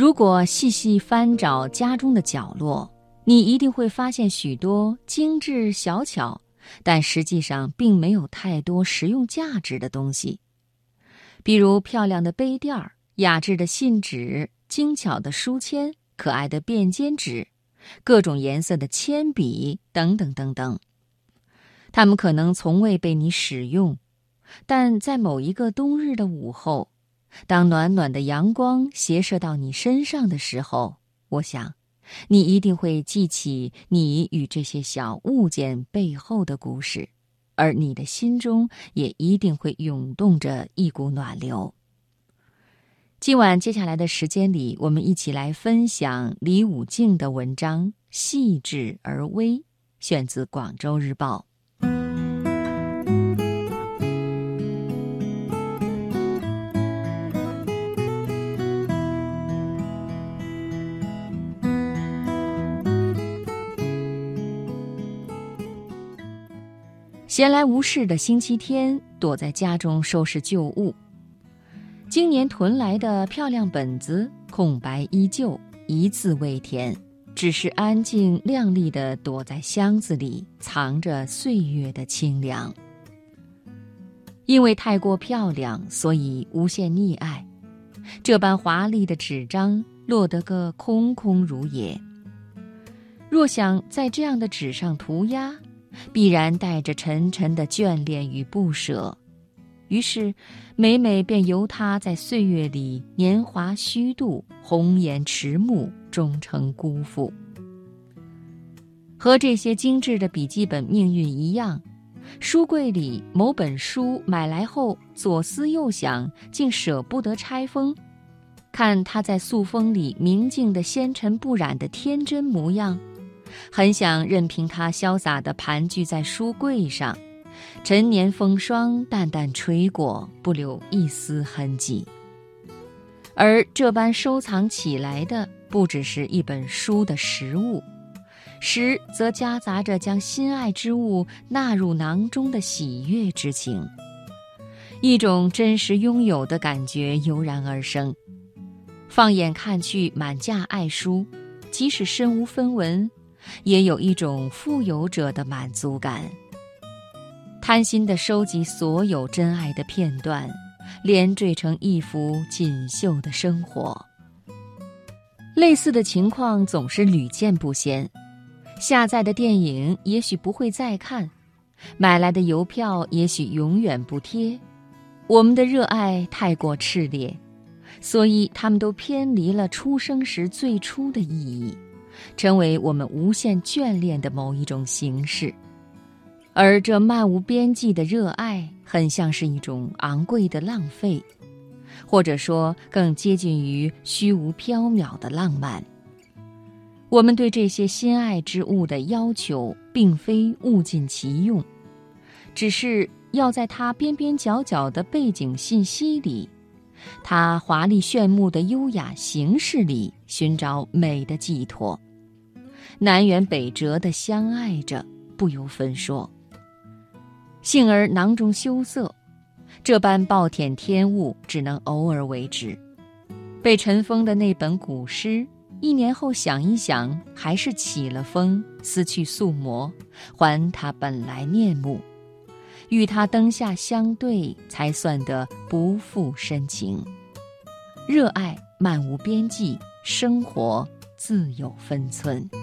如果细细翻找家中的角落，你一定会发现许多精致小巧，但实际上并没有太多实用价值的东西，比如漂亮的杯垫儿、雅致的信纸、精巧的书签、可爱的便笺纸、各种颜色的铅笔等等等等。它们可能从未被你使用，但在某一个冬日的午后，当暖暖的阳光斜射到你身上的时候，我想你一定会记起你与这些小物件背后的故事，而你的心中也一定会涌动着一股暖流。今晚接下来的时间里，我们一起来分享李武敬的文章《细致而微》，选自《广州日报》。闲来无事的星期天，躲在家中收拾旧物。今年囤来的漂亮本子空白依旧，一字未填，只是安静亮丽地躲在箱子里，藏着岁月的清凉。因为太过漂亮，所以无限溺爱，这般华丽的纸张落得个空空如也。若想在这样的纸上涂鸦，必然带着沉沉的眷恋与不舍，于是每每便由他在岁月里年华虚度，红颜迟暮，终成辜负。和这些精致的笔记本命运一样，书柜里某本书买来后左思右想，竟舍不得拆封，看它在塑封里明净的纤尘不染的天真模样，很想任凭它潇洒地盘踞在书柜上，陈年风霜淡淡吹过，不留一丝痕迹。而这般收藏起来的，不只是一本书的实物，实则夹杂着将心爱之物纳入囊中的喜悦之情，一种真实拥有的感觉油然而生。放眼看去，满架爱书，即使身无分文，也有一种富有者的满足感。贪心地收集所有真爱的片段，连缀成一幅锦绣的生活。类似的情况总是屡见不鲜。下载的电影也许不会再看，买来的邮票也许永远不贴。我们的热爱太过炽烈，所以它们都偏离了出生时最初的意义，成为我们无限眷恋的某一种形式。而这漫无边际的热爱，很像是一种昂贵的浪费，或者说更接近于虚无缥缈的浪漫。我们对这些心爱之物的要求，并非物尽其用，只是要在它边边角角的背景信息里，它华丽炫目的优雅形式里寻找美的寄托。南辕北辙地相爱着，不由分说。幸而囊中羞涩，这般暴殄天物只能偶尔为之。被尘封的那本古诗，1年后想一想，还是起了风，撕去素膜，还它本来面目，与它灯下相对，才算得不负深情。热爱漫无边际，生活自有分寸。